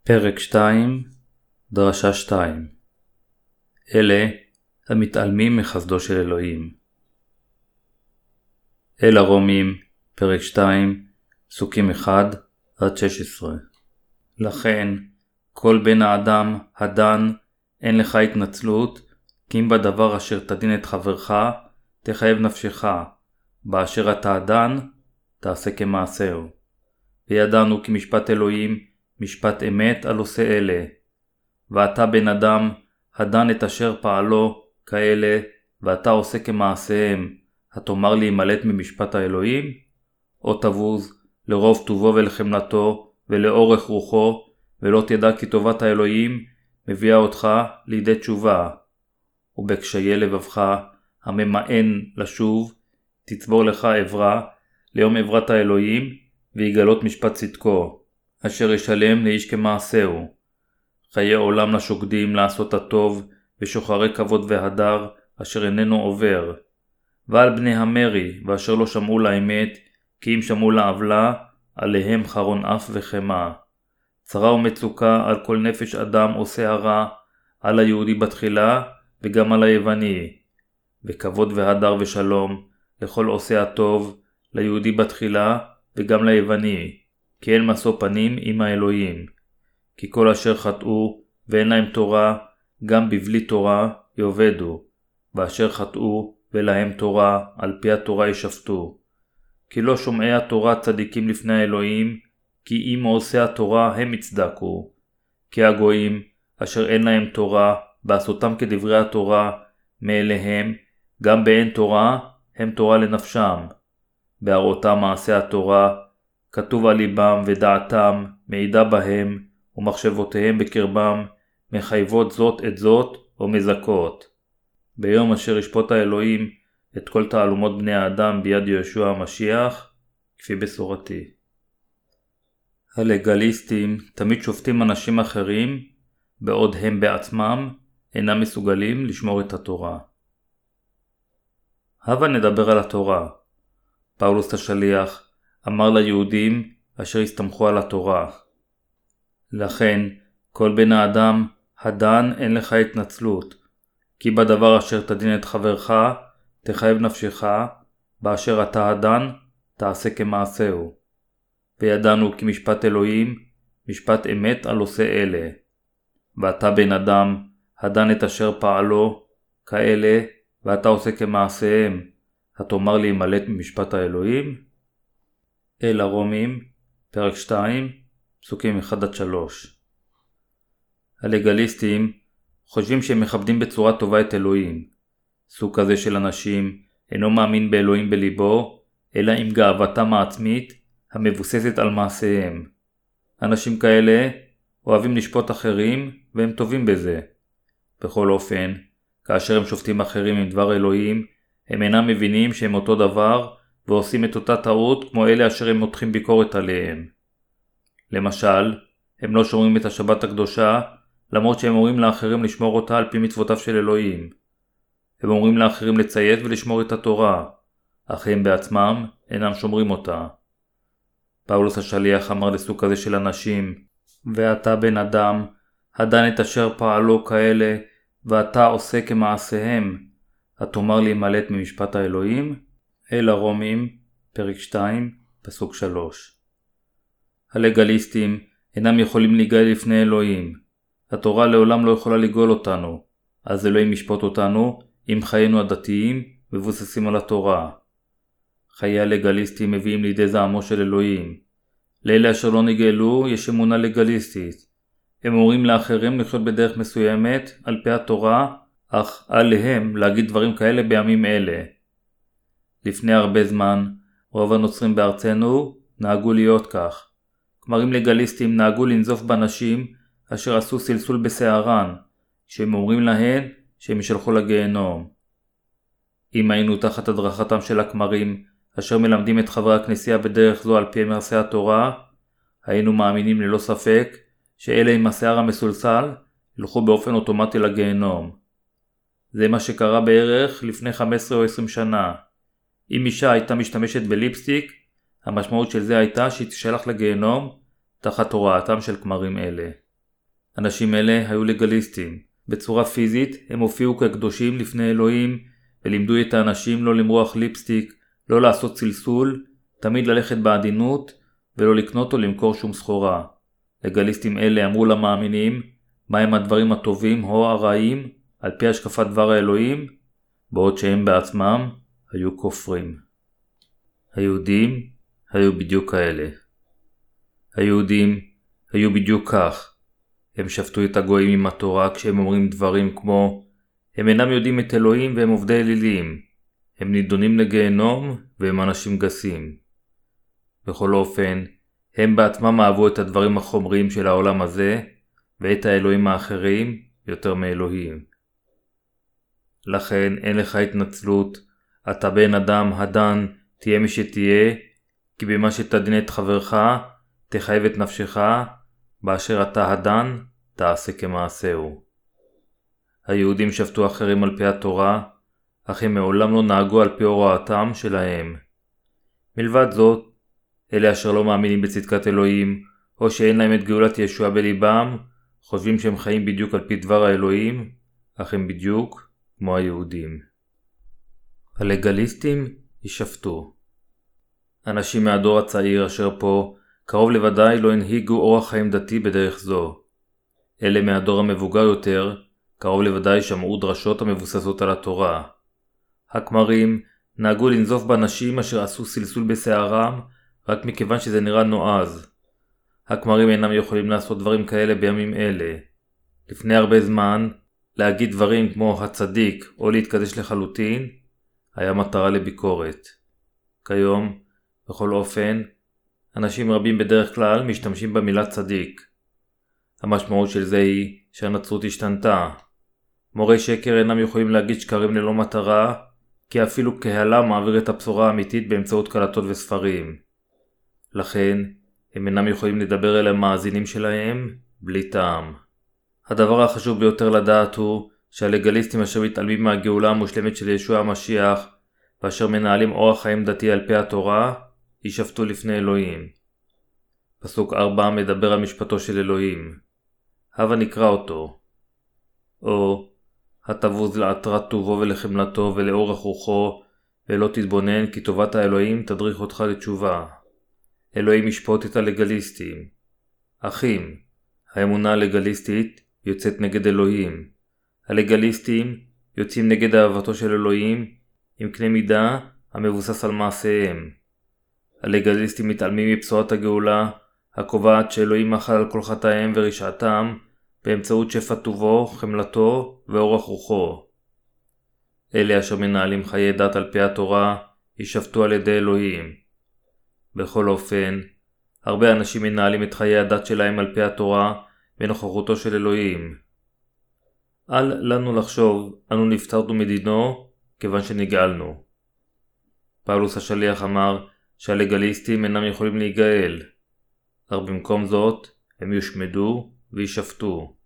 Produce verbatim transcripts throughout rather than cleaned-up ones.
פרק שתיים, דרשה שתיים. אלה המתעלמים מחסדו של אלוהים. אל הרומים, פרק שתיים, פסוקים אחד עד שש עשרה. לכן, כל בן האדם הדן, אין לך התנצלות, כי אם בדבר אשר תדין את חברך, תחייב נפשך, באשר אתה הדן, תעשה כמעשהו. וידענו כי משפט אלוהים, משפט אמת על עושה אלה. ואתה בן אדם, הדן את אשר פעלו כאלה, ואתה עושה כמעשיהם, התאמר להימלט ממשפט האלוהים? או תבוז לרוב טובו ולחמלתו ולאורך רוחו, ולא תדע כי טובת האלוהים מביאה אותך לידי תשובה. ובקשיי לבבך הממאן לשוב, תצבור לך עברה ליום עברת האלוהים, ויגלות משפט צדקו, אשר ישלם לאיש כמעשהו. חיי עולם לשוקדים לעשות הטוב, ושוחרי כבוד והדר, אשר איננו עובר. ועל בני המרי, ואשר לא שמעו לאמת, כי אם שמעו לעוולה, עליהם חרון אף וחמה. צרה ומצוקה על כל נפש אדם עושה הרע, על היהודי בתחילה, וגם על היווני. וכבוד והדר ושלום, לכל עושה הטוב, ליהודי בתחילה, וגם ליווני. כי אין משוא פנים עם האלוהים. כי כל אשר חטאו ואין להם תורה, גם בבלי תורה יאבדו. ואשר חטאו ולהם תורה, על פי התורה ישפטו. כי לא שומעי התורה צדיקים לפני האלוהים, כי אם עושי התורה הם יצדקו. כי הגויים, אשר אין להם תורה, בעשותם כדברי התורה, מאליהם, גם באין תורה, הם תורה לנפשם. בהראותם מעשה התורה, כתוב על ליבם ודעתם, מעידה בהם, ומחשבותיהם בקרבם, מחייבות זאת את זאת, או מזכות. ביום אשר ישפוט האלוהים, את כל תעלומות בני האדם ביד ישוע המשיח, כפי בשורתי. הלגליסטים תמיד שופטים אנשים אחרים, בעוד הם בעצמם אינם מסוגלים לשמור את התורה. הבה נדבר על התורה. פאולוס השליח אמר ליהודים אשר הסתמכו על התורה. לכן, כל בן האדם הדן אין לך התנצלות, כי בדבר אשר תדין את חברך, תחייב נפשך, באשר אתה הדן, תעשה כמעשהו. וידענו כי משפט אלוהים, משפט אמת על עושה אלה. ואתה בן אדם, הדן את אשר פעלו, כאלה, ואתה עושה כמעשיהם, התאמר להימלט ממשפט האלוהים? אל הרומים, פרק שתיים, פסוקים אחד עד שלוש. הלגליסטים חושבים שהם מכבדים בצורה טובה את אלוהים. סוג כזה של אנשים אינו מאמין באלוהים בליבו, אלא עם גאוותם העצמית המבוססת על מעשיהם. אנשים כאלה אוהבים לשפוט אחרים והם טובים בזה. בכל אופן, כאשר הם שופטים אחרים עם דבר אלוהים, הם אינם מבינים שהם אותו דבר ועושים את אותה טעות כמו אלה אשר הם מותחים ביקורת עליהם. למשל, הם לא שומרים את השבת הקדושה, למרות שהם אומרים לאחרים לשמור אותה על פי מצוותיו של אלוהים. הם אומרים לאחרים לציית ולשמור את התורה, אך הם בעצמם אינם שומרים אותה. פאולוס השליח אמר לסוג כזה של אנשים, ואתה בן אדם, הדן את אשר פעלו כאלה, ואתה עושה כמעשיהם, התאמר להימלט ממשפט האלוהים? אל הרומים, פרק שתיים, פסוק שלוש. הלגליסטים אינם יכולים להיגאל לפני אלוהים. התורה לעולם לא יכולה לגאול אותנו, אז אלוהים ישפוט אותנו אם חיינו הדתיים מבוססים על התורה. חיי הלגליסטים מביאים לידי זעמו של אלוהים. לאלה אשר לא נגאלו יש אמונה לגליסטית. הם אומרים לאחרים לחיות בדרך מסוימת על פי התורה, אך עליהם להגיד דברים כאלה בימים אלה. לפני הרבה זמן, רוב הנוצרים בארצנו נהגו להיות כך. כמרים לגליסטים נהגו לנזוף באנשים אשר עשו סלסול בשערן, שהם אומרים להן שהם ישלחו לגיהנום. אם היינו תחת הדרכתם של הכמרים, אשר מלמדים את חברי הכנסייה בדרך זו על פי מעשי התורה, היינו מאמינים ללא ספק שאלה עם השיער המסולסל ילכו באופן אוטומטי לגיהנום. זה מה שקרה בערך לפני חמש עשרה או עשרים שנה. אם אישה הייתה משתמשת בליפסטיק, המשמעות של זה הייתה שהיא תשלח לגיהנום תחת הוראתם של כמרים אלה. אנשים אלה היו לגליסטים. בצורה פיזית הם הופיעו כקדושים לפני אלוהים ולימדו את האנשים לא למרוח ליפסטיק, לא לעשות צלסול, תמיד ללכת בעדינות ולא לקנות או למכור שום סחורה. לגליסטים אלה אמרו למאמינים מהם הדברים הטובים או הרעים על פי השקפת דבר האלוהים, בעוד שהם בעצמם היו כופרים. היהודים היו בדיוק כאלה. היהודים היו בדיוק כך. הם שפטו את הגויים עם התורה כשהם אומרים דברים כמו הם אינם יודעים את אלוהים והם עובדי אלילים. הם נידונים לגיהנום והם אנשים גסים. בכל אופן, הם בעצמם אהבו את הדברים החומריים של העולם הזה ואת האלוהים האחרים יותר מאלוהים. לכן אין לך התנצלות, אתה בן אדם הדן, תהיה מי שתהיה, כי במה שתדין את חברך, תחייב את נפשך, באשר אתה הדן, תעשה כמעשהו. היהודים שפטו אחרים על פי התורה, אך הם מעולם לא נהגו על פי הוראתם שלהם. מלבד זאת, אלה אשר לא מאמינים בצדקת אלוהים, או שאין להם את גאולת ישוע בליבם, חושבים שהם חיים בדיוק על פי דבר האלוהים, אך הם בדיוק כמו היהודים. הלגליסטים ישפטו. אנשים מהדור הצעיר אשר פה, קרוב לוודאי לא הנהיגו אורח חיים דתי בדרך זו. אלה מהדור המבוגר יותר, קרוב לוודאי שמעו דרשות המבוססות על התורה. הכמרים נהגו לנזוף באנשים אשר עשו סלסול בשערם, רק מכיוון שזה נראה נועז. הכמרים אינם יכולים לעשות דברים כאלה בימים אלה. לפני הרבה זמן, להגיד דברים כמו הצדיק או להתקדש לחלוטין, היה מטרה לביקורת. כיום, בכל אופן, אנשים רבים בדרך כלל משתמשים במילה צדיק. המשמעות של זה היא שהנצרות השתנתה. מורי שקר אינם יכולים להגיד שקרים ללא מטרה, כי אפילו קהלה מעביר את הבשורה האמיתית באמצעות קלטות וספרים. לכן, הם אינם יכולים לדבר אל המאזינים שלהם בלי טעם. הדבר החשוב ביותר לדעת הוא שהלגליסטים אשר מתעלמים מהגאולה המושלמת של ישוע המשיח ואשר מנהלים אורח חיים דתי על פי התורה, ישפטו לפני אלוהים. פסוק ארבע מדבר על משפטו של אלוהים. הבה נקרא אותו. או, התבוז לעטרת טובו ולחמלתו ולאורך רוחו, ולא תתבונן כי טובת האלוהים תדריך אותך לתשובה. אלוהים ישפוט את הלגליסטים. אחים, האמונה הלגליסטית יוצאת נגד אלוהים. הלגליסטים יוצאים נגד אהבתו של אלוהים עם קנה מידה המבוסס על מעשיהם. הלגליסטים מתעלמים מבשורת הגאולה הקובעת שאלוהים מחל על כל חטאיהם ורשעתם באמצעות שפע טובו, חמלתו ואורך רוחו. אלה אשר מנהלים חיי דת על פי התורה ישפטו על ידי אלוהים. בכל אופן, הרבה אנשים מנהלים את חיי הדת שלהם על פי התורה בנוכחותו של אלוהים. אל לנו לחשוב, אנו נפטרנו מדינו כיוון שנגאלנו. פאולוס השליח אמר שהלגליסטים אינם יכולים להיגאל, אך במקום זאת הם יושמדו וישפטו.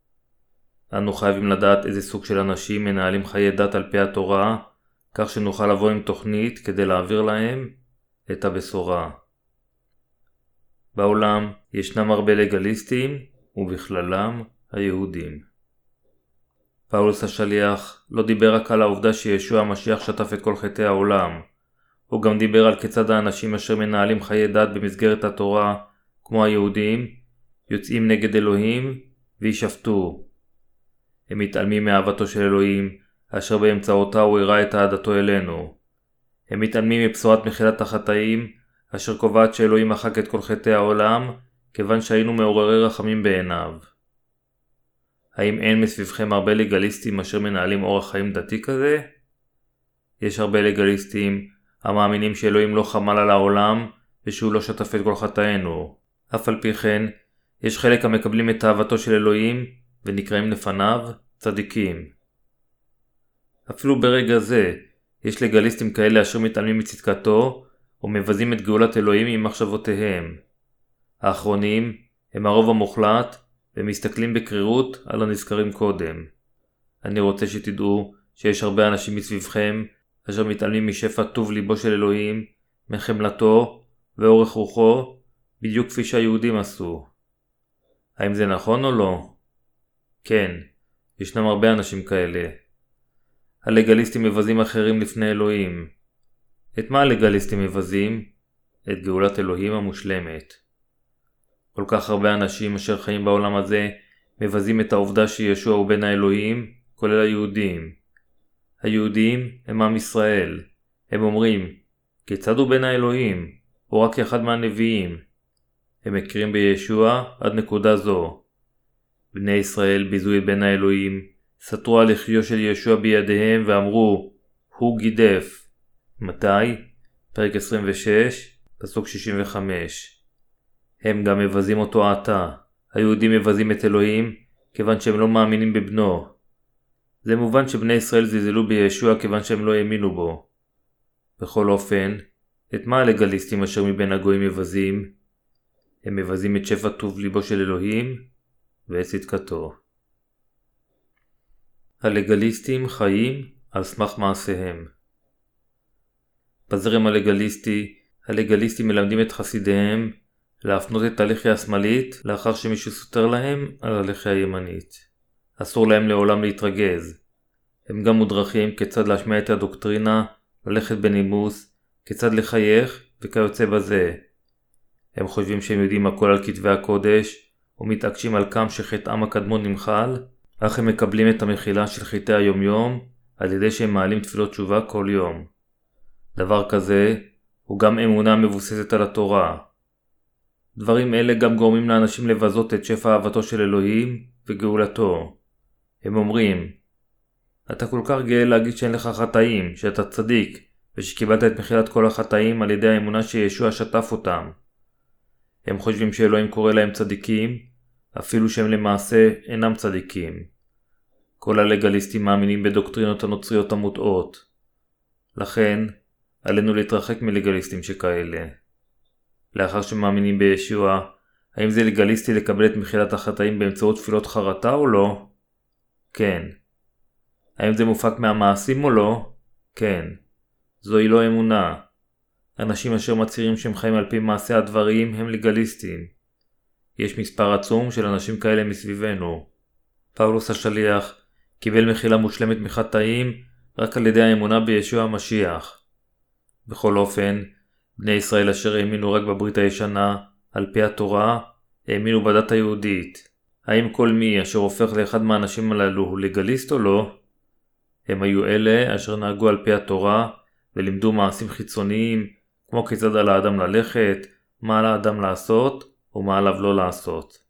אנו חייבים לדעת איזה סוג של אנשים מנהלים חיי דת על פי התורה, כך שנוכל לבוא עם תוכנית כדי להעביר להם את הבשורה. בעולם ישנם הרבה לגליסטים, ובכללם היהודים. פאולוס השליח לא דיבר רק על העובדה שישוע המשיח שטף את כל חטאי העולם, הוא גם דיבר על כיצד האנשים אשר מנהלים חיי דת במסגרת התורה, כמו היהודים, יוצאים נגד אלוהים וישפטו. הם מתעלמים מאהבתו של אלוהים, אשר באמצעותה הוא הראה את אהדתו אלינו. הם מתעלמים מבשורת מחילת החטאים, אשר קובעת שאלוהים מחק את כל חטאי העולם, כיוון שהיינו מעוררי רחמים בעיניו. האם אין מסביבכם הרבה לגליסטים אשר מנהלים אורח חיים דתי כזה? יש הרבה לגליסטים המאמינים שאלוהים לא חמל על העולם ושהוא לא שטף את כל חטאינו. אף על פי כן, יש חלק המקבלים את אהבתו של אלוהים ונקראים לפניו צדיקים. אפילו ברגע זה, יש לגליסטים כאלה אשר מתעלמים מצדקתו ומבזים את גאולת אלוהים עם מחשבותיהם. האחרונים הם הרוב המוחלט ומסתכלים בקרירות על הנזכרים קודם. אני רוצה שתדעו שיש הרבה אנשים מסביבכם אשר מתעלמים משפע טוב ליבו של אלוהים, מחמלתו ואורך רוחו, בדיוק כפי שהיהודים עשו. האם זה נכון או לא? כן, ישנם הרבה אנשים כאלה. הלגליסטים מבזים אחרים לפני אלוהים. את מה הלגליסטים מבזים? את גאולת אלוהים המושלמת. כל כך הרבה אנשים אשר חיים בעולם הזה מבזים את העובדה שישוע הוא בן האלוהים, כולל היהודים. היהודים הם עם ישראל. הם אומרים, כיצד הוא בן האלוהים? הוא רק אחד מהנביאים. הם מכירים בישוע עד נקודה זו. בני ישראל ביזו את בן האלוהים, סתרו על לחיו של ישוע בידיהם ואמרו, הוא גידף. מתי? פרק עשרים ושש, פסוק שישים וחמש. הם גם מבזים אותו עתה. היהודים מבזים את אלוהים כיוון שהם לא מאמינים בבנו. זה מובן שבני ישראל זלזלו בישוע כיוון שהם לא האמינו בו. בכל אופן, את מה הלגליסטים אשר מבין הגויים מבזים? הם מבזים את שפע טוב ליבו של אלוהים ואת צדקתו. הלגליסטים חיים על סמך מעשיהם. בזרם הלגליסטי, הלגליסטים מלמדים את חסידיהם להפנות את הלחי השמאלית לאחר שמישהו סותר להם על הלחי הימנית. אסור להם לעולם להתרגז. הם גם מודרכים כיצד להשמיע את הדוקטרינה, ללכת בנימוס, כיצד לחייך וכיוצא בזה. הם חושבים שהם יודעים הכל על כתבי הקודש ומתעקשים על כם שחטאם הקדמון נמחל, אך הם מקבלים את המחילה של חטאי היומיום על ידי שהם מעלים תפילות תשובה כל יום. דבר כזה הוא גם אמונה מבוססת על התורה. דברים אלה גם גורמים לאנשים לבזות את שפע אהבתו של אלוהים וגאולתו. הם אומרים, אתה כל כך גאה להגיד שאין לך חטאים, שאתה צדיק, ושקיבלת את מחילת כל החטאים על ידי האמונה שישוע שטף אותם. הם חושבים שאלוהים קורא להם צדיקים, אפילו שהם למעשה אינם צדיקים. כל הלגליסטים מאמינים בדוקטרינות הנוצריות המוטעות. לכן, עלינו להתרחק מלגליסטים שכאלה. לאחר שמאמינים בישוע, האם זה לגליסטי לקבל את מחילת החטאים באמצעות תפילות חרטה או לא? כן. האם זה מופק מהמעשים או לא? כן. זוהי לא אמונה. אנשים אשר מצהירים שהם חיים על פי מעשי הדברים הם לגליסטים. יש מספר עצום של אנשים כאלה מסביבנו. פאולוס השליח קיבל מחילה מושלמת מחטאים רק על ידי האמונה בישוע המשיח. בכל אופן, בני ישראל אשר האמינו רק בברית הישנה, על פי התורה, האמינו בדת היהודית. האם כל מי אשר הופך לאחד מהאנשים הללו הוא לגליסט או לא? הם היו אלה אשר נהגו על פי התורה ולימדו מעשים חיצוניים, כמו כיצד על האדם ללכת, מה על האדם לעשות ומה עליו לא לעשות.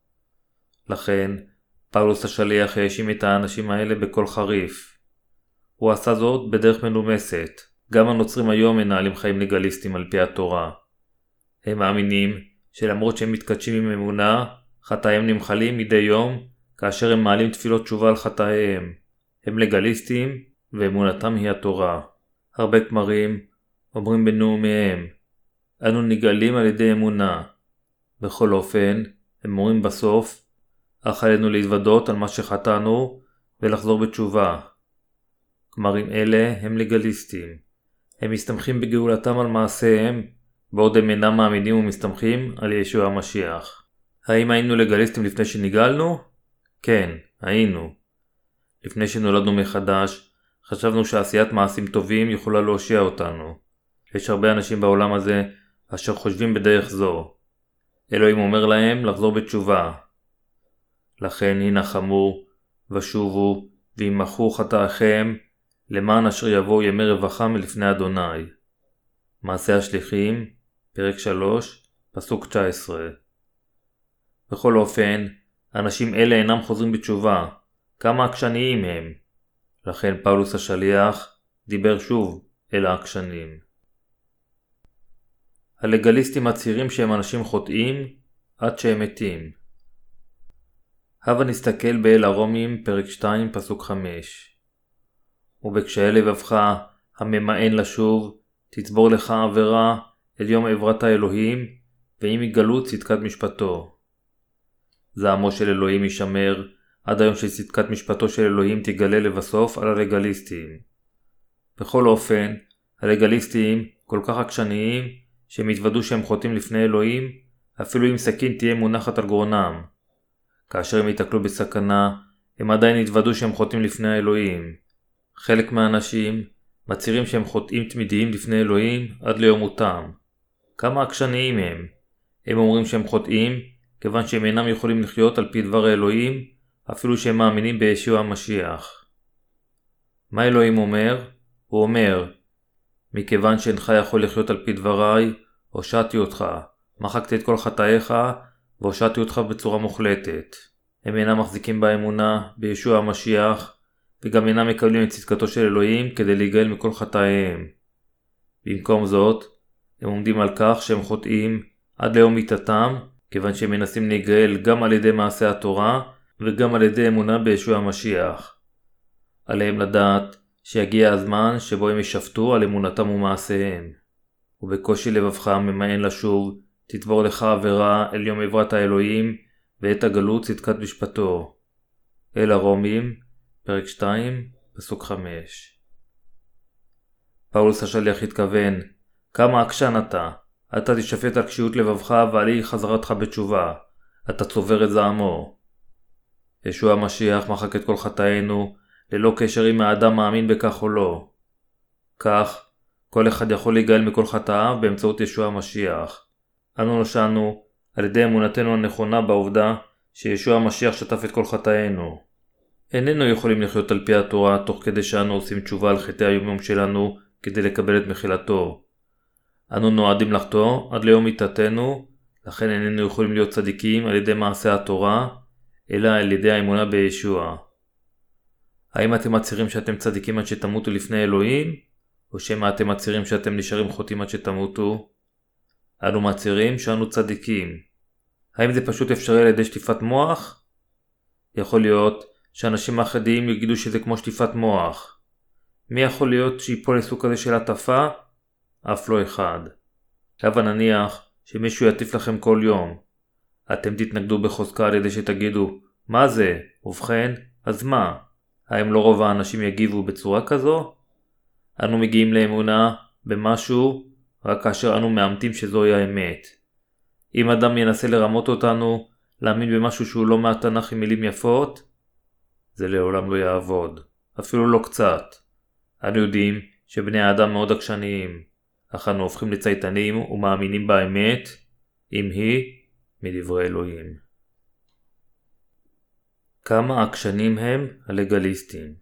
לכן, פאולוס השליח האשים את האנשים האלה בקול חריף. הוא עשה זאת בדרך מנומסת. גם הנוצרים היום מנהלים חיים לגליסטים על פי התורה. הם מאמינים שלמרות שהם מתקדשים עם אמונה, חטאיהם נמחלים מדי יום כאשר הם מעלים תפילות תשובה על חטאיהם. הם לגליסטים ואמונתם היא התורה. הרבה כמרים אומרים בנאומיהם, אנו נגאלים על ידי אמונה. בכל אופן, הם אומרים בסוף, אך עלינו להתוודות על מה שחטאנו ולחזור בתשובה. כמרים אלה הם לגליסטים. הם מסתמכים בגאולתם על מעשיהם, בעוד הם אינם מאמינים ומסתמכים על ישוע המשיח. האם היינו לגליסטים לפני שנגאלנו? כן, היינו. לפני שנולדנו מחדש, חשבנו שעשיית מעשים טובים יכולה להושיע אותנו. יש הרבה אנשים בעולם הזה אשר חושבים בדרך זו. אלוהים אומר להם לחזור בתשובה. לכן הנחמו ושובו וימחו חטאיכם, למען אשר יבואו ימי רווחה מלפני אדוני. מעשה השליחים, פרק שלוש, פסוק תשע עשרה. בכל אופן, אנשים אלה אינם חוזרים בתשובה. כמה עקשניים הם. לכן פאולוס השליח דיבר שוב אל העקשנים. הלגליסטים מצהירים שהם אנשים חוטאים עד שהם מתים. הבה נסתכל באל הרומים, פרק שתיים, פסוק חמש. ובקשיי לבבך הממאן לשוב, תצבור לך עבירה אל יום עברת האלוהים, ואם יגלו צדקת משפטו. זעמו של אלוהים יישמר, עד היום שצדקת משפטו של אלוהים תגלה לבסוף על הלגליסטים. בכל אופן, הלגליסטים כל כך עקשניים, שהם התוודו שהם חוטאים לפני אלוהים, אפילו אם סכין תהיה מונחת על גרונם. כאשר הם יתקלו בסכנה, הם עדיין התוודו שהם חוטאים לפני האלוהים. חלק מהאנשים מצהירים שהם חוטאים תמידיים לפני אלוהים עד ליום מותם. כמה עקשניים הם. הם אומרים שהם חוטאים כיוון שהם אינם יכולים לחיות על פי דבר האלוהים אפילו שהם מאמינים בישוע המשיח. מה אלוהים אומר? הוא אומר, מכיוון שאינך יכול לחיות על פי דבריי, הושעתי אותך, מחקתי את כל חטאיך והושעתי אותך בצורה מוחלטת. הם אינם מחזיקים באמונה בישוע המשיח וגם אינם מקבלים את צדקתו של אלוהים כדי להיגאל מכל חטאיהם. במקום זאת, הם עומדים על כך שהם חוטאים עד ליום מיתתם כיוון שהם מנסים להיגאל גם על ידי מעשה התורה וגם על ידי אמונה בישוע המשיח. עליהם לדעת שיגיע הזמן שבו הם ישפטו על אמונתם ומעשיהם. ובקושי לבבך ממאן לשוב, תתבור לך עבירה אל יום עברת האלוהים ואת הגלות צדקת משפטו. אל הרומים, פרק שתיים, פסוק חמש. פאולוס השליח התכוון, כמה עקשן אתה, אתה תשפט על קשיות לבבך ועל אי חזרתך בתשובה, אתה צובר את זעמו. ישוע המשיח מחק את כל חטאינו, ללא קשר אם האדם מאמין בכך או לא. כך, כל אחד יכול להיגאל מכל חטאיו באמצעות ישוע המשיח. אנו נושענו על ידי אמונתנו הנכונה בעובדה שישוע המשיח שטף את כל חטאינו. איננו יכולים לחיות על פי התורה תוך כדי שאנו עושים תשובה על חטאי היומיום שלנו כדי לקבל את מחילתו. אנו נועדים לחטוא עד ליום מיתתנו, לכן איננו יכולים להיות צדיקים על ידי מעשה התורה, אלא על ידי האמונה בישוע. האם אתם מצהירים שאתם צדיקים עד שתמותו לפני אלוהים, או שמא אתם מצהירים שאתם נשארים חוטאים עד שתמותו? אנו מצהירים שאנו צדיקים. האם זה פשוט אפשרי על ידי שטיפת מוח? יכול להיות שאנשים אחדים יגידו שזה כמו שטיפת מוח. מי יכול להיות שיפול לסוג כזה של הטפה? אף לא אחד. הבה נניח שמישהו יטיף לכם כל יום. אתם תתנגדו בחוזקה על ידי שתגידו, מה זה? ובכן, אז מה? האם לא רוב האנשים יגיבו בצורה כזו? אנו מגיעים לאמונה במשהו רק כאשר אנו מאמתים שזוהי האמת. אם אדם ינסה לרמות אותנו, להאמין במשהו שהוא לא מהתנ"ך עם מילים יפות, זה לעולם לא יעבוד, אפילו לא קצת. אנו יודעים שבני האדם מאוד עקשניים, אך אנו הופכים לצייתנים ומאמינים באמת, אם היא מדברי אלוהים. כמה עקשנים הם הלגליסטים?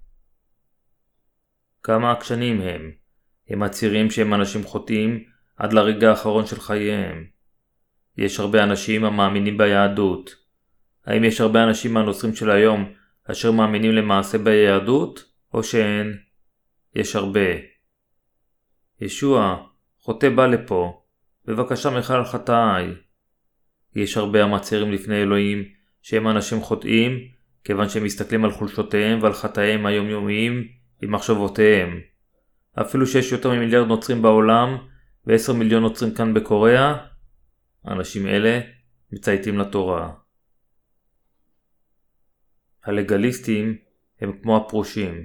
כמה עקשנים הם? הם מצהירים שהם אנשים חוטאים עד לרגע האחרון של חייהם. יש הרבה אנשים המאמינים ביהדות. האם יש הרבה אנשים מהנוצרים של היום אשר מאמינים למעשה ביהדות, או שאין? יש הרבה. ישוע, חוטא בא לפה, בבקשה מחיל על חטאי. יש הרבה המצהירים לפני אלוהים שהם אנשים חוטאים, כיוון שהם מסתכלים על חולשותיהם ועל חטאיהם היומיומיים במחשבותיהם. אפילו שיש יותר ממיליארד נוצרים בעולם ועשר מיליון נוצרים כאן בקוריאה, אנשים אלה מצייתים לתורה. הלגליסטים הם כמו הפרושים.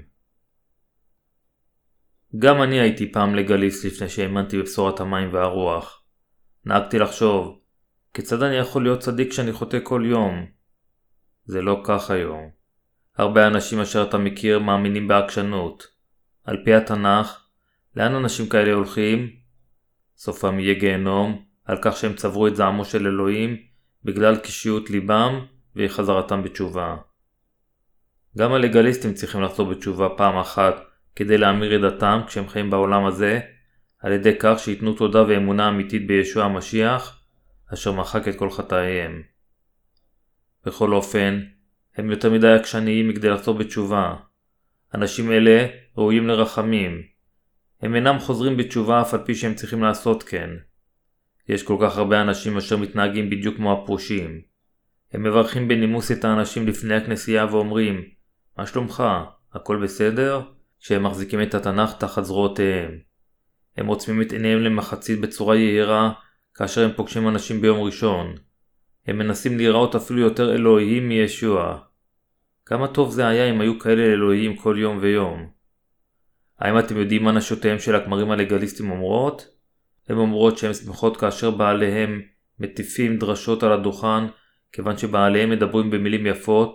גם אני הייתי פעם לגליסט לפני שהאמנתי בבשורת המים והרוח. נהגתי לחשוב, כיצד אני יכול להיות צדיק כשאני חוטא כל יום? זה לא כך היום. הרבה אנשים אשר אתה מכיר מאמינים בעקשנות. על פי התנ"ך, לאן אנשים כאלה הולכים? סופם יהיה גיהנום על כך שהם צברו את זעמו של אלוהים בגלל קשיות ליבם וחזרתם בתשובה. גם הלגליסטים צריכים לחזור בתשובה פעם אחת כדי להמיר את דתם כשהם חיים בעולם הזה, על ידי כך שיתנו תודה ואמונה אמיתית בישוע המשיח, אשר מחק את כל חטאיהם. בכל אופן, הם יותר מדי עקשניים מכדי לחזור בתשובה. אנשים אלה ראויים לרחמים. הם אינם חוזרים בתשובה אף על פי שהם צריכים לעשות כן. יש כל כך הרבה אנשים אשר מתנהגים בדיוק כמו הפרושים. הם מברכים בנימוס את האנשים לפני הכנסייה ואומרים, מה שלומך? הכל בסדר? כשהם מחזיקים את התנ"ך תחת זרועותיהם. הם עוצמים את עיניהם למחצית בצורה יהירה כאשר הם פוגשים אנשים ביום ראשון. הם מנסים להיראות אפילו יותר אלוהיים מישוע. כמה טוב זה היה אם היו כאלה אלוהיים כל יום ויום. האם אתם יודעים מה נשותיהם של הכמרים הלגליסטים אומרות? הן אומרות שהן שמחות כאשר בעליהם מטיפים דרשות על הדוכן, כיוון שבעליהם מדברים במילים יפות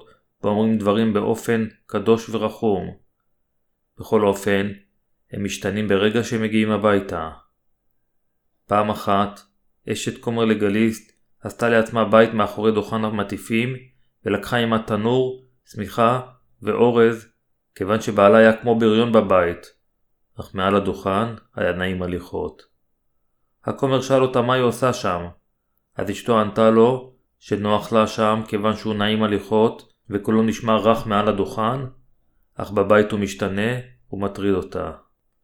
ואומרים דברים באופן קדוש ורחום. בכל אופן, הם משתנים ברגע שהם מגיעים הביתה. פעם אחת, אשת כומר לגליסט עשתה לעצמה בית מאחורי דוכן המטיפים, ולקחה עימה תנור, שמיכה ואורז, כיוון שבעלה היה כמו בריון בבית, אך מעל הדוכן היה נעים הליכות. הכומר שאל אותה מה היא עושה שם, אז אשתו ענתה לו שנוח לה שם כיוון שהוא נעים הליכות וכולו נשמע רך מעל הדוכן, אך בבית הוא משתנה ומטריד אותה.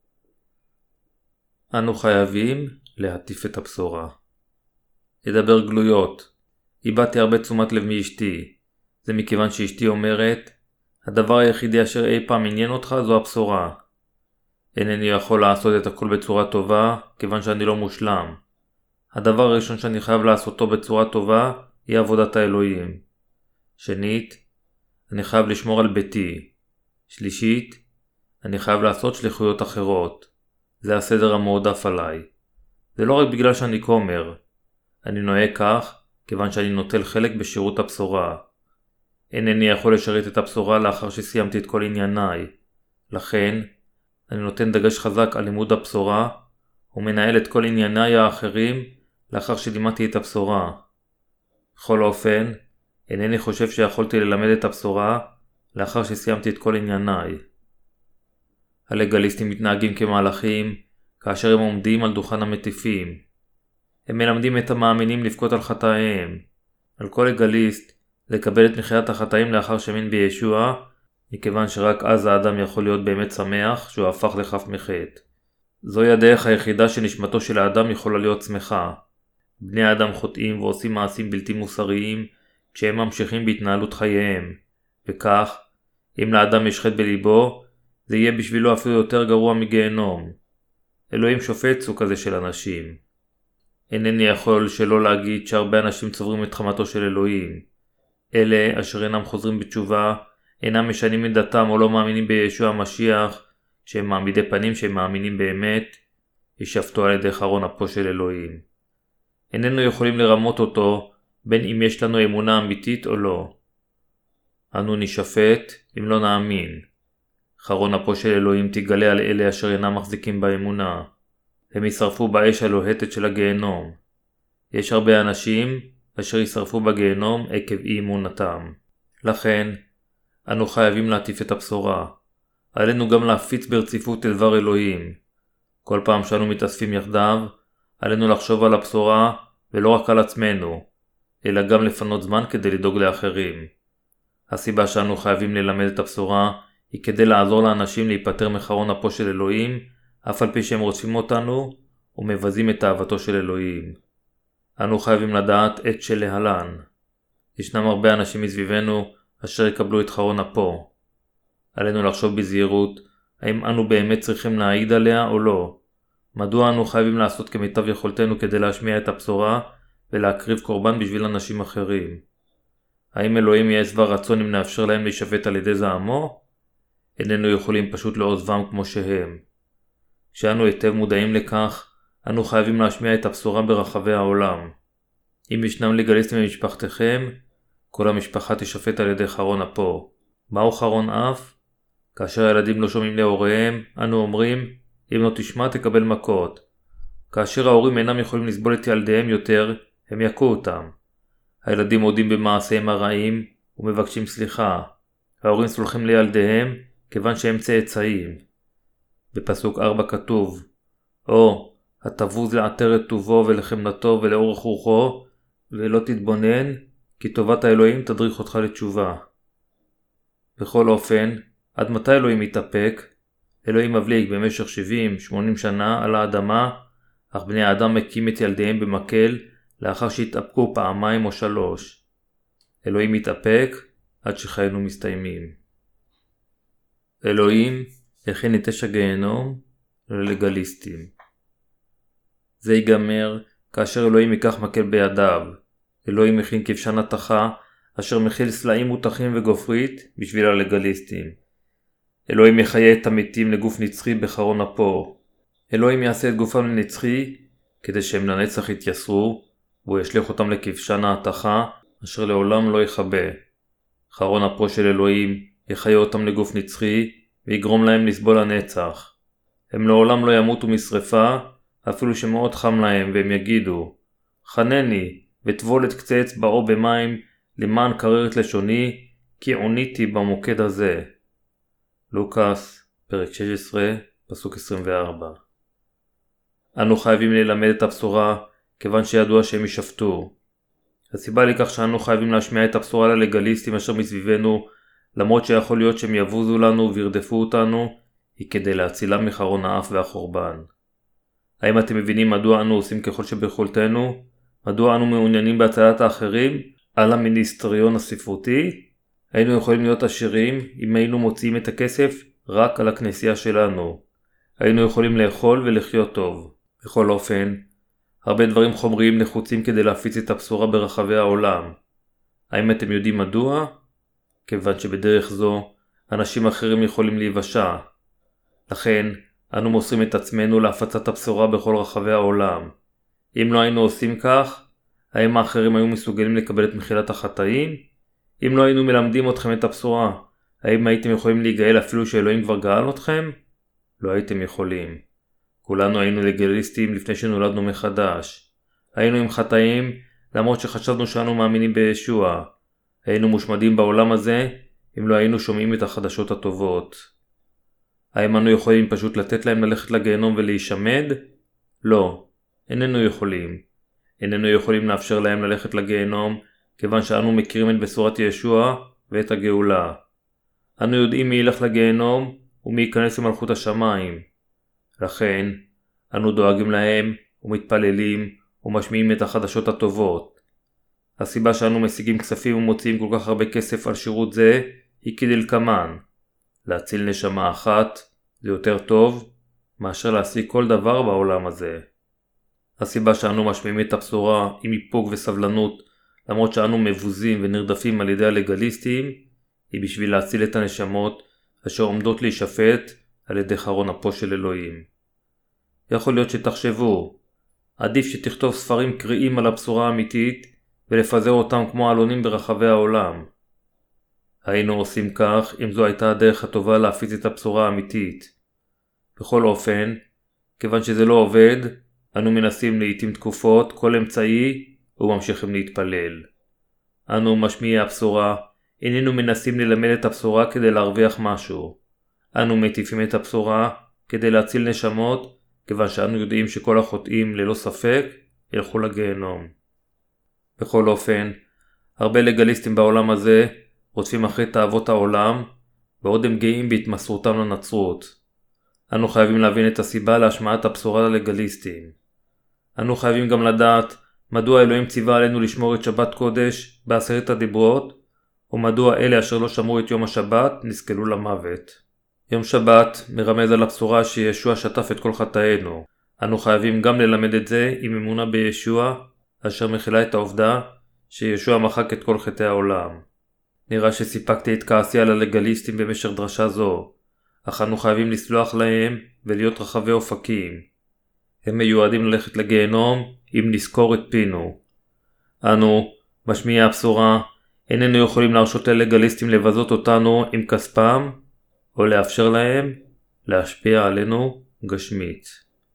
אנו חייבים להטיף את הבשורה. אדבר גלויות. איבדתי הרבה תשומת לב מאשתי. זה מכיוון שאשתי אומרת, הדבר היחידי אשר אי פעם עניין אותך זו הבשורה. אינני יכול לעשות את הכל בצורה טובה, כיוון שאני לא מושלם. הדבר הראשון שאני חייב לעשותו בצורה טובה, היא עבודת האלוהים. שנית, אני חייב לשמור על ביתי. שלישית, אני חייב לעשות שליחויות אחרות. זה הסדר המועדף עליי. זה לא רק בגלל שאני כומר. אני נוהג כך, כיוון שאני נוטל חלק בשירות הבשורה. אינני יכול לשרת את הבשורה לאחר שסיימתי את כל ענייניי. לכן, אני נותן דגש חזק על לימוד הבשורה, ומנהל את כל ענייניי האחרים לאחר שלימדתי את הבשורה. בכל אופן, אינני חושב שיכולתי ללמד את הבשורה לאחר שסיימתי את כל ענייניי. הלגליסטים מתנהגים כמהלכים כאשר הם עומדים על דוכן המטיפים. הם מלמדים את המאמינים לבכות על חטאיהם. על כל לגליסט לקבל את מחיית החטאים לאחר שמין בישוע, מכיוון שרק אז האדם יכול להיות באמת שמח שהוא הפך לחף מחטא. זוהי הדרך היחידה שנשמתו של האדם יכולה להיות שמחה. בני האדם חוטאים ועושים מעשים בלתי מוסריים כשהם ממשיכים בהתנהלות חייהם, וכך, אם לאדם יש חטא בליבו, זה יהיה בשבילו אפילו יותר גרוע מגיהנום. אלוהים שופט סוג כזה של אנשים. אינני יכול שלא להגיד שהרבה אנשים צוברים את חמתו של אלוהים. אלה אשר אינם חוזרים בתשובה, אינם משנים את דתם או לא מאמינים בישוע המשיח, שהם מעמידי פנים שהם מאמינים באמת, ישפטו על ידי חרון אפו של אלוהים. איננו יכולים לרמות אותו, בין אם יש לנו אמונה אמיתית או לא. אנו נשפט אם לא נאמין. חרון אפו של אלוהים תגלה על אלה אשר אינם מחזיקים באמונה. הם ישרפו באש הלוהטת של הגיהנום. יש הרבה אנשים אשר ישרפו בגיהנום עקב אי אמונתם. לכן, אנו חייבים להטיף את הבשורה. עלינו גם להפיץ ברציפות את דבר אלוהים. כל פעם שאנו מתאספים יחדיו, עלינו לחשוב על הבשורה ולא רק על עצמנו, אלא גם לפנות זמן כדי לדאוג לאחרים. הסיבה שאנו חייבים ללמד את הבשורה היא כדי לעזור לאנשים להיפטר מחרון אפו של אלוהים, אף על פי שהם רודפים אותנו ומבזים את אהבתו של אלוהים. אנו חייבים לדעת את שלהלן. ישנם הרבה אנשים מסביבנו אשר יקבלו את חרון אפו. עלינו לחשוב בזהירות האם אנו באמת צריכים להעיד עליה או לא. מדוע אנו חייבים לעשות כמיטב יכולתנו כדי להשמיע את הבשורה ולהקריב קורבן בשביל אנשים אחרים? האם אלוהים יהיה שבע רצון אם נאפשר להם להישפט על ידי זעמו? איננו יכולים פשוט לעוזבם כמו שהם. כשאנו היטב מודעים לכך, אנו חייבים להשמיע את הבשורה ברחבי העולם. אם ישנם לגליסטים במשפחתכם, כל המשפחה תשפט על ידי חרון אפו. מהו חרון אף? כאשר הילדים לא שומעים להוריהם, אנו אומרים, אם לא תשמע תקבל מכות. כאשר ההורים אינם יכולים לסבול את ילדיהם יותר, הם יכו אותם. הילדים מודים במעשיהם הרעים ומבקשים סליחה. ההורים סולחים לילדיהם כיוון שהם צאצאים. בפסוק ארבע כתוב, או, התבוז לעטר את טובו ולחמנתו ולאורך רוחו, ולא תתבונן, כי טובת האלוהים תדריך אותך לתשובה. בכל אופן, עד מתי אלוהים יתאפק? אלוהים מבליג במשך שבעים שמונים שנה על האדמה, אך בני האדם מקים את ילדיהם במקל לאחר שהתאפקו פעמיים או שלוש. אלוהים יתאפק עד שחיינו מסתיימים. אלוהים הכין את אש הגיהנום ללגליסטים. זה ייגמר כאשר אלוהים ייקח מקל בידיו. אלוהים הכין כבשן התחה אשר מכיל סלעים מותחים וגופרית בשביל הלגליסטים. אלוהים יחיה את המתים לגוף נצחי בחרון אפו. אלוהים יעשה את גופם לנצחי כדי שהם לנצח יתייסרו, והוא ישליך אותם לכבשן ההתחה אשר לעולם לא יכבה. חרון אפו של אלוהים יחיה אותם לגוף נצחי ויגרום להם לסבול הנצח. הם לעולם לא ימותו משרפה, אפילו שמאוד חם להם, והם יגידו, חנני וטבול את קצה אצבעו במים למען קרר את לשוני, כי עוניתי במוקד הזה. לוקאס, פרק שש עשרה, פסוק עשרים וארבע. אנו חייבים ללמד את הבשורה, כיוון שידוע שהם ישפטו. הסיבה לכך שאנו חייבים להשמיע את הבשורה ללגליסטים אשר מסביבנו, למרות שיכול להיות שהם יבוזו לנו וירדפו אותנו, היא כדי להצילם מחרון האף והחורבן. האם אתם מבינים מדוע אנו עושים ככל שביכולתנו? מדוע אנו מעוניינים בהצלת האחרים על המיניסטריון הספרותי? היינו יכולים להיות עשירים אם היינו מוציאים את הכסף רק על הכנסייה שלנו. היינו יכולים לאכול ולחיות טוב. בכל אופן, הרבה דברים חומריים נחוצים כדי להפיץ את הבשורה ברחבי העולם. האם אתם יודעים מדוע? כיוון שבדרך זו אנשים אחרים יכולים להיוושע. לכן, אנו מוסרים את עצמנו להפצת הבשורה בכל רחבי העולם. אם לא היינו עושים כך, האם האחרים היו מסוגלים לקבל את מחילת החטאים? אם לא היינו מלמדים אתכם את הבשורה, האם הייתם יכולים להיגאל אפילו שאלוהים כבר גאל אתכם? לא הייתם יכולים. כולנו היינו לגליסטים לפני שנולדנו מחדש. היינו עם חטאים, למרות שחשבנו שאנו מאמינים בישוע. היינו מושמדים בעולם הזה, אם לא היינו שומעים את החדשות הטובות. האם אנו יכולים פשוט לתת להם ללכת לגיהנום ולהישמד? לא, איננו יכולים. איננו יכולים לאפשר להם ללכת לגיהנום, כיוון שאנו מכירים את בשורת ישוע ואת הגאולה. אנו יודעים מי ילך לגיהנום ומי ייכנס למלכות השמיים. לכן, אנו דואגים להם ומתפללים ומשמיעים את החדשות הטובות. הסיבה שאנו משיגים כספים ומוציאים כל כך הרבה כסף על שירות זה היא כדלקמן. להציל נשמה אחת זה יותר טוב מאשר להשיג כל דבר בעולם הזה. הסיבה שאנו משמיעים את הבשורה עם איפוק וסבלנות, למרות שאנו מבוזים ונרדפים על ידי הלגליסטים, היא בשביל להציל את הנשמות אשר עומדות להישפט על ידי חרון אפו של אלוהים. יכול להיות שתחשבו, עדיף שתכתוב ספרים קריאים על הבשורה האמיתית ולפזר אותם כמו עלונים ברחבי העולם. היינו עושים כך אם זו הייתה הדרך הטובה להפיץ את הבשורה האמיתית. בכל אופן, כיוון שזה לא עובד, אנו מנסים לעתים תקופות כל אמצעי וממשיכים להתפלל. אנו משמיעי הבשורה, איננו מנסים ללמד את הבשורה כדי להרוויח משהו. אנו מטיפים את הבשורה כדי להציל נשמות, כיוון שאנו יודעים שכל החוטאים ללא ספק ילכו לגיהנום. בכל אופן, הרבה לגליסטים בעולם הזה רודפים אחרי תאוות העולם, בעוד הם גאים בהתמסרותם לנצרות. אנו חייבים להבין את הסיבה להשמעת הבשורה ללגליסטים. אנו חייבים גם לדעת מדוע אלוהים ציווה עלינו לשמור את שבת קודש בעשרת הדיברות, ומדוע אלה אשר לא שמרו את יום השבת נסקלו למוות. יום שבת מרמז על הבשורה שישוע שטף את כל חטאינו. אנו חייבים גם ללמד את זה עם אמונה בישוע, אשר מכילה את העובדה שישוע מחק את כל חטאי העולם. נראה שסיפקתי את כעסי על הלגליסטים במשך דרשה זו, אך אנו חייבים לסלוח להם ולהיות רחבי אופקים. הם מיועדים ללכת לגיהנום אם נזכור את פינו. אנו, משמיעי הבשורה, איננו יכולים להרשות ללגליסטים לבזות אותנו עם כספם, או לאפשר להם להשפיע עלינו גשמית.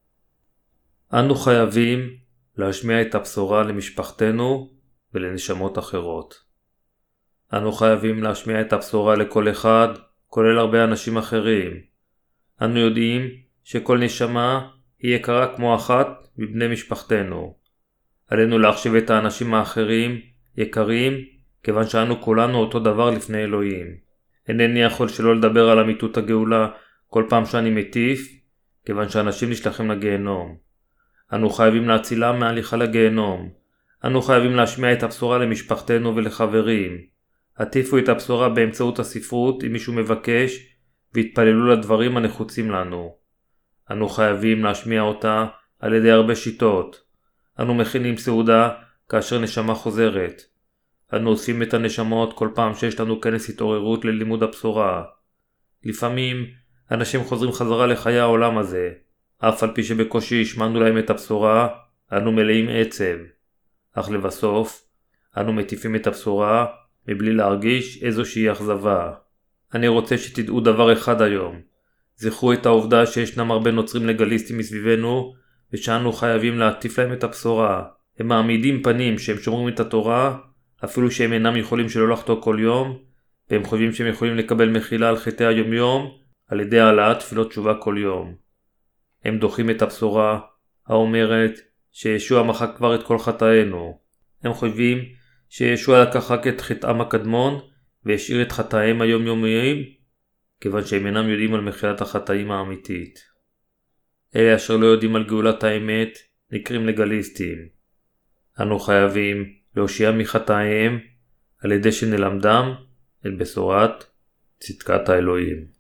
אנו חייבים להשמיע את הבשורה למשפחתנו ולנשמות אחרות. אנו חייבים להשמיע את הבשורה לכל אחד, כולל הרבה אנשים אחרים. אנו יודעים שכל נשמה היא יקרה כמו אחת מבני משפחתנו. עלינו להחשיב את האנשים האחרים יקרים, כיוון שאנו כולנו אותו דבר לפני אלוהים. אינני יכול שלא לדבר על אמיתות הגאולה כל פעם שאני מטיף, כיוון שאנשים נשלחים לגיהנום. אנו חייבים להצילם מהליכה לגיהנום. אנו חייבים להשמיע את הבשורה למשפחתנו ולחברים. עטיפו את הבשורה באמצעות הספרות אם מישהו מבקש, והתפללו לדברים הנחוצים לנו. אנו חייבים להשמיע אותה על ידי הרבה שיטות. אנו מכינים סעודה כאשר נשמה חוזרת. אנו אוספים את הנשמות כל פעם שיש לנו כנס התעוררות ללימוד הבשורה. לפעמים אנשים חוזרים חזרה לחיי העולם הזה, אף על פי שבקושי השמענו להם את הבשורה, אנו מלאים עצב. אך לבסוף, אנו מטיפים את הבשורה מבלי להרגיש איזושהי אכזבה. אני רוצה שתדעו דבר אחד היום. זכרו את העובדה שישנם הרבה נוצרים לגליסטים מסביבנו, ושאנו חייבים להטיף להם את הבשורה. הם מעמידים פנים שהם שומרים את התורה, אפילו שהם אינם יכולים שלא לחטוא כל יום, והם חושבים שהם יכולים לקבל מחילה על חטאי היום יום, על ידי העלאת תפילות תשובה כל יום. הם דוחים את הבשורה, האומרת שישוע מחק כבר את כל חטאינו. הם חושבים שישוע לקח רק את חטאם הקדמון, והשאיר את חטאיהם היומיומיים, כיוון שהם אינם יודעים על מחילת החטאים האמיתית. אלה אשר לא יודעים על גאולת האמת נקראים לגליסטים. אנו חייבים להושיע מחטאיהם על ידי שנלמדם את בשורת צדקת האלוהים.